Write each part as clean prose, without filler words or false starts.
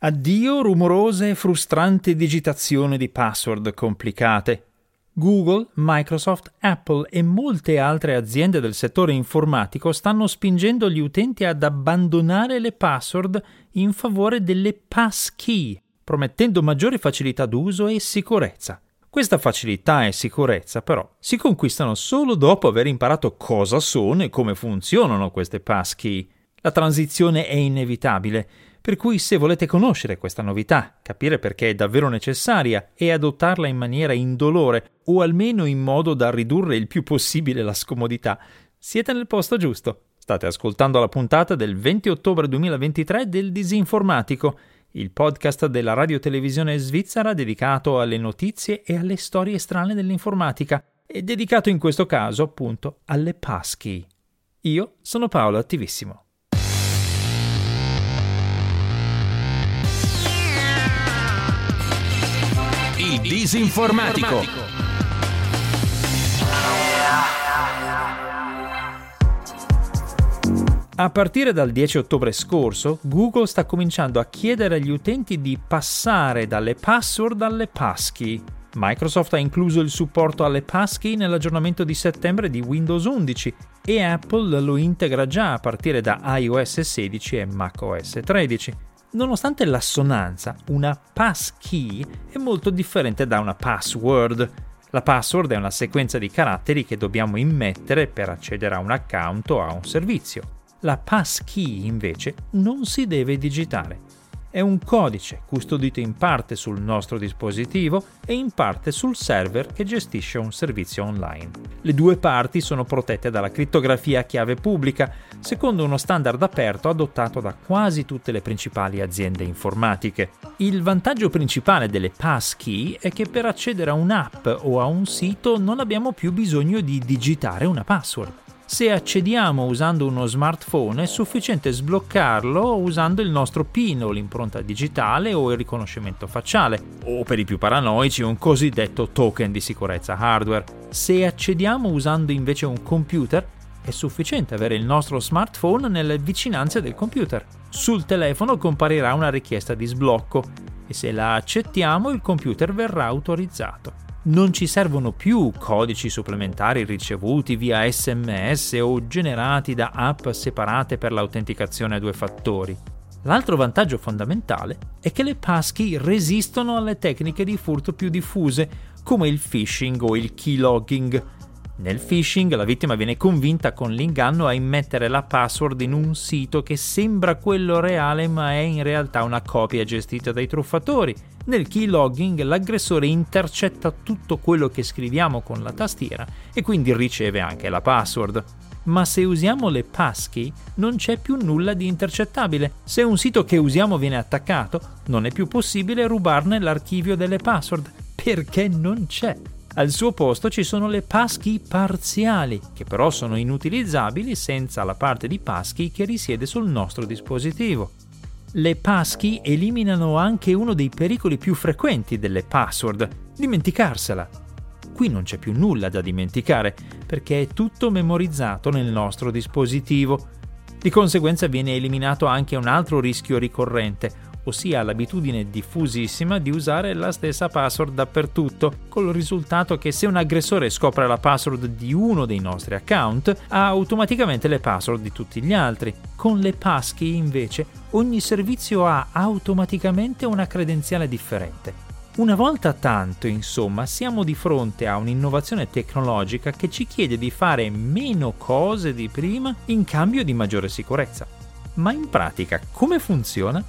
Addio rumorose e frustranti digitazioni di password complicate. Google, Microsoft, Apple e molte altre aziende del settore informatico stanno spingendo gli utenti ad abbandonare le password in favore delle passkey, promettendo maggiore facilità d'uso e sicurezza. Questa facilità e sicurezza, però, si conquistano solo dopo aver imparato cosa sono e come funzionano queste passkey. La transizione è inevitabile, per cui se volete conoscere questa novità, capire perché è davvero necessaria e adottarla in maniera indolore, o almeno in modo da ridurre il più possibile la scomodità, siete nel posto giusto. State ascoltando la puntata del 20 ottobre 2023 del Disinformatico, il podcast della radiotelevisione svizzera dedicato alle notizie e alle storie strane dell'informatica, e dedicato in questo caso appunto alle passkey. Io sono Paolo Attivissimo. Il Disinformatico. A partire dal 10 ottobre scorso, Google sta cominciando a chiedere agli utenti di passare dalle password alle passkey. Microsoft ha incluso il supporto alle passkey nell'aggiornamento di settembre di Windows 11 e Apple lo integra già a partire da iOS 16 e macOS 13. Nonostante l'assonanza, una passkey è molto differente da una password. La password è una sequenza di caratteri che dobbiamo immettere per accedere a un account o a un servizio. La passkey, invece, non si deve digitare. È un codice custodito in parte sul nostro dispositivo e in parte sul server che gestisce un servizio online. Le due parti sono protette dalla crittografia a chiave pubblica, secondo uno standard aperto adottato da quasi tutte le principali aziende informatiche. Il vantaggio principale delle passkey è che per accedere a un'app o a un sito non abbiamo più bisogno di digitare una password. Se accediamo usando uno smartphone è sufficiente sbloccarlo usando il nostro PIN o l'impronta digitale o il riconoscimento facciale, o per i più paranoici un cosiddetto token di sicurezza hardware. Se accediamo usando invece un computer è sufficiente avere il nostro smartphone nelle vicinanze del computer. Sul telefono comparirà una richiesta di sblocco e se la accettiamo il computer verrà autorizzato. Non ci servono più codici supplementari ricevuti via SMS o generati da app separate per l'autenticazione a due fattori. L'altro vantaggio fondamentale è che le passkey resistono alle tecniche di furto più diffuse, come il phishing o il keylogging. Nel phishing la vittima viene convinta con l'inganno a immettere la password in un sito che sembra quello reale ma è in realtà una copia gestita dai truffatori. Nel keylogging l'aggressore intercetta tutto quello che scriviamo con la tastiera e quindi riceve anche la password. Ma se usiamo le passkey non c'è più nulla di intercettabile. Se un sito che usiamo viene attaccato, non è più possibile rubarne l'archivio delle password, perché non c'è. Al suo posto ci sono le passkey parziali, che però sono inutilizzabili senza la parte di passkey che risiede sul nostro dispositivo. Le passkey eliminano anche uno dei pericoli più frequenti delle password, dimenticarsela. Qui non c'è più nulla da dimenticare, perché è tutto memorizzato nel nostro dispositivo. Di conseguenza viene eliminato anche un altro rischio ricorrente, ossia l'abitudine diffusissima di usare la stessa password dappertutto, col risultato che se un aggressore scopre la password di uno dei nostri account, ha automaticamente le password di tutti gli altri. Con le passkey, invece, ogni servizio ha automaticamente una credenziale differente. Una volta tanto, insomma, siamo di fronte a un'innovazione tecnologica che ci chiede di fare meno cose di prima in cambio di maggiore sicurezza. Ma in pratica come funziona?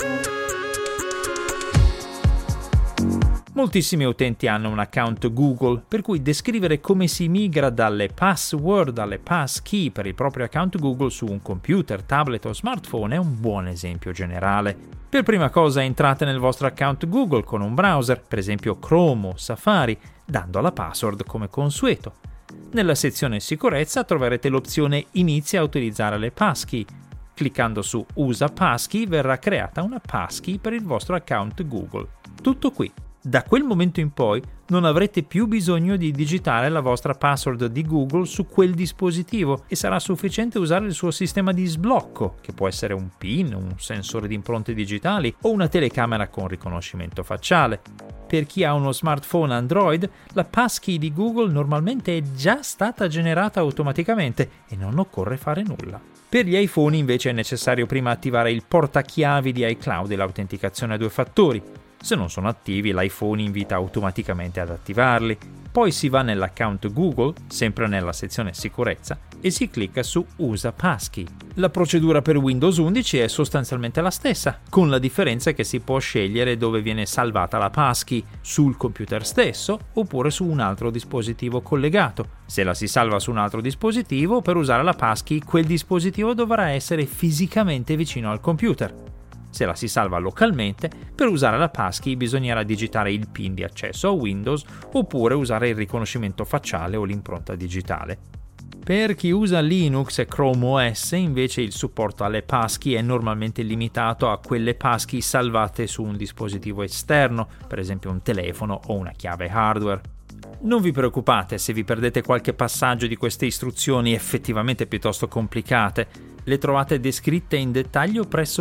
Moltissimi utenti hanno un account Google, per cui descrivere come si migra dalle password alle passkey per il proprio account Google su un computer, tablet o smartphone è un buon esempio generale. Per prima cosa entrate nel vostro account Google con un browser, per esempio Chrome o Safari, dando la password come consueto. Nella sezione sicurezza troverete l'opzione Inizia a utilizzare le passkey. Cliccando su Usa passkey verrà creata una passkey per il vostro account Google. Tutto qui. Da quel momento in poi non avrete più bisogno di digitare la vostra password di Google su quel dispositivo e sarà sufficiente usare il suo sistema di sblocco, che può essere un PIN, un sensore di impronte digitali o una telecamera con riconoscimento facciale. Per chi ha uno smartphone Android, la passkey di Google normalmente è già stata generata automaticamente e non occorre fare nulla. Per gli iPhone invece è necessario prima attivare il portachiavi di iCloud e l'autenticazione a 2 fattori. Se non sono attivi, l'iPhone invita automaticamente ad attivarli. Poi si va nell'account Google, sempre nella sezione sicurezza, e si clicca su Usa passkey. La procedura per Windows 11 è sostanzialmente la stessa, con la differenza che si può scegliere dove viene salvata la passkey, sul computer stesso oppure su un altro dispositivo collegato. Se la si salva su un altro dispositivo, per usare la passkey quel dispositivo dovrà essere fisicamente vicino al computer. Se la si salva localmente, per usare la passkey bisognerà digitare il PIN di accesso a Windows oppure usare il riconoscimento facciale o l'impronta digitale. Per chi usa Linux e Chrome OS invece il supporto alle passkey è normalmente limitato a quelle passkey salvate su un dispositivo esterno, per esempio un telefono o una chiave hardware. Non vi preoccupate se vi perdete qualche passaggio di queste istruzioni effettivamente piuttosto complicate. Le trovate descritte in dettaglio presso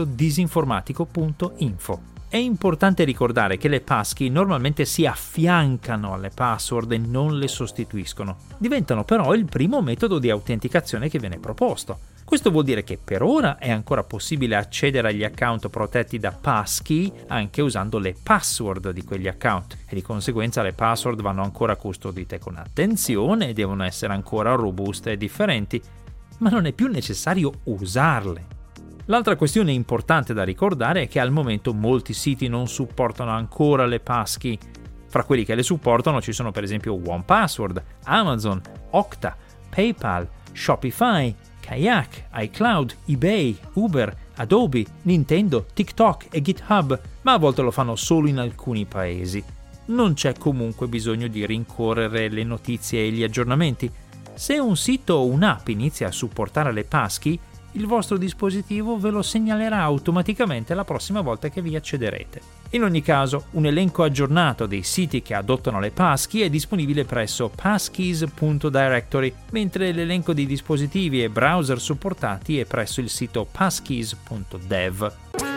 disinformatico.info. È importante ricordare che le passkey normalmente si affiancano alle password e non le sostituiscono. Diventano però il primo metodo di autenticazione che viene proposto. Questo vuol dire che per ora è ancora possibile accedere agli account protetti da passkey anche usando le password di quegli account e di conseguenza le password vanno ancora custodite con attenzione e devono essere ancora robuste e differenti, ma non è più necessario usarle. L'altra questione importante da ricordare è che al momento molti siti non supportano ancora le passkey. Fra quelli che le supportano ci sono per esempio 1Password, Amazon, Okta, PayPal, Shopify, Kayak, iCloud, eBay, Uber, Adobe, Nintendo, TikTok e GitHub, ma a volte lo fanno solo in alcuni paesi. Non c'è comunque bisogno di rincorrere le notizie e gli aggiornamenti. Se un sito o un'app inizia a supportare le passkey, il vostro dispositivo ve lo segnalerà automaticamente la prossima volta che vi accederete. In ogni caso, un elenco aggiornato dei siti che adottano le passkey è disponibile presso passkeys.directory, mentre l'elenco di dispositivi e browser supportati è presso il sito passkeys.dev.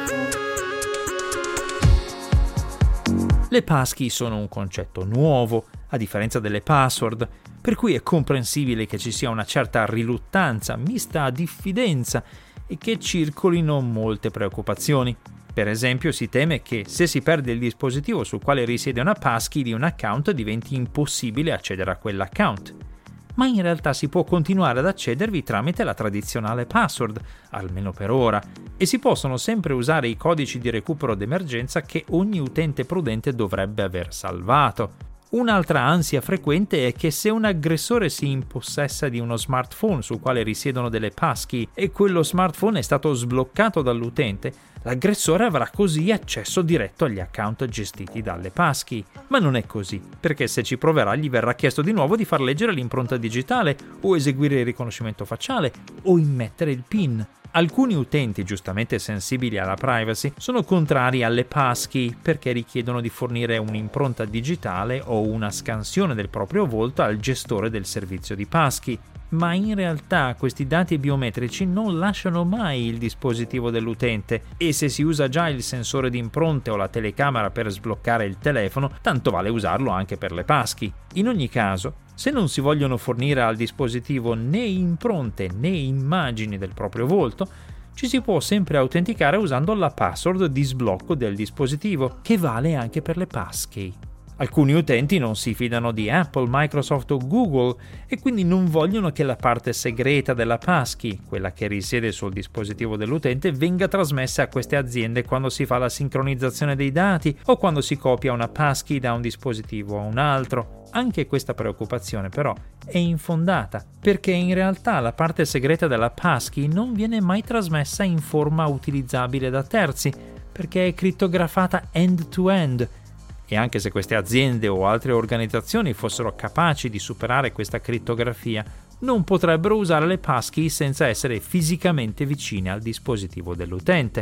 Le passkey sono un concetto nuovo, a differenza delle password, per cui è comprensibile che ci sia una certa riluttanza mista a diffidenza e che circolino molte preoccupazioni. Per esempio, si teme che se si perde il dispositivo sul quale risiede una passkey di un account diventi impossibile accedere a quell'account. Ma in realtà si può continuare ad accedervi tramite la tradizionale password, almeno per ora, e si possono sempre usare i codici di recupero d'emergenza che ogni utente prudente dovrebbe aver salvato. Un'altra ansia frequente è che se un aggressore si impossessa di uno smartphone sul quale risiedono delle passkey e quello smartphone è stato sbloccato dall'utente, l'aggressore avrà così accesso diretto agli account gestiti dalle passkey. Ma non è così, perché se ci proverà gli verrà chiesto di nuovo di far leggere l'impronta digitale o eseguire il riconoscimento facciale o immettere il PIN. Alcuni utenti, giustamente sensibili alla privacy, sono contrari alle passkey perché richiedono di fornire un'impronta digitale o una scansione del proprio volto al gestore del servizio di passkey. Ma in realtà questi dati biometrici non lasciano mai il dispositivo dell'utente e se si usa già il sensore di impronte o la telecamera per sbloccare il telefono, tanto vale usarlo anche per le passkey. In ogni caso, se non si vogliono fornire al dispositivo né impronte né immagini del proprio volto, ci si può sempre autenticare usando la password di sblocco del dispositivo, che vale anche per le passkey. Alcuni utenti non si fidano di Apple, Microsoft o Google e quindi non vogliono che la parte segreta della passkey, quella che risiede sul dispositivo dell'utente, venga trasmessa a queste aziende quando si fa la sincronizzazione dei dati o quando si copia una passkey da un dispositivo a un altro. Anche questa preoccupazione però è infondata, perché in realtà la parte segreta della passkey non viene mai trasmessa in forma utilizzabile da terzi, perché è crittografata end-to-end. E anche se queste aziende o altre organizzazioni fossero capaci di superare questa crittografia, non potrebbero usare le passkey senza essere fisicamente vicine al dispositivo dell'utente.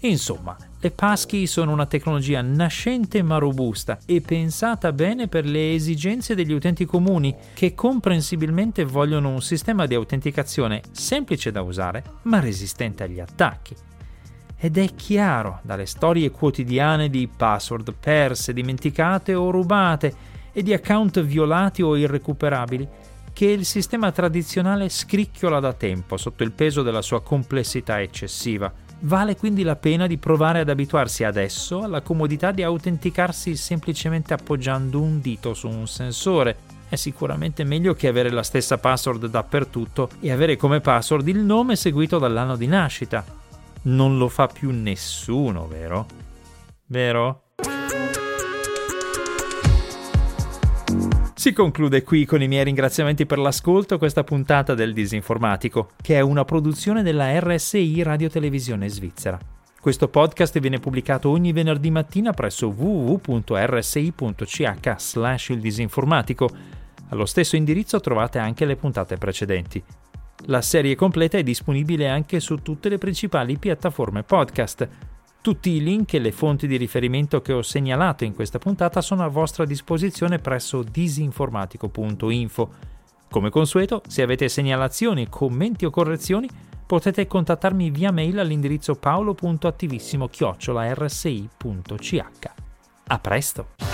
Insomma, le passkey sono una tecnologia nascente ma robusta e pensata bene per le esigenze degli utenti comuni che comprensibilmente vogliono un sistema di autenticazione semplice da usare ma resistente agli attacchi. Ed è chiaro dalle storie quotidiane di password perse, dimenticate o rubate e di account violati o irrecuperabili che il sistema tradizionale scricchiola da tempo sotto il peso della sua complessità eccessiva. Vale quindi la pena di provare ad abituarsi adesso alla comodità di autenticarsi semplicemente appoggiando un dito su un sensore. È sicuramente meglio che avere la stessa password dappertutto e avere come password il nome seguito dall'anno di nascita. Non lo fa più nessuno, vero? Vero? Si conclude qui con i miei ringraziamenti per l'ascolto questa puntata del Disinformatico, che è una produzione della RSI Radio Televisione Svizzera. Questo podcast viene pubblicato ogni venerdì mattina presso www.rsi.ch/il disinformatico. Allo stesso indirizzo trovate anche le puntate precedenti. La serie completa è disponibile anche su tutte le principali piattaforme podcast. Tutti i link e le fonti di riferimento che ho segnalato in questa puntata sono a vostra disposizione presso disinformatico.info. Come consueto, se avete segnalazioni, commenti o correzioni, potete contattarmi via mail all'indirizzo paolo.attivissimo@rsi.ch. A presto!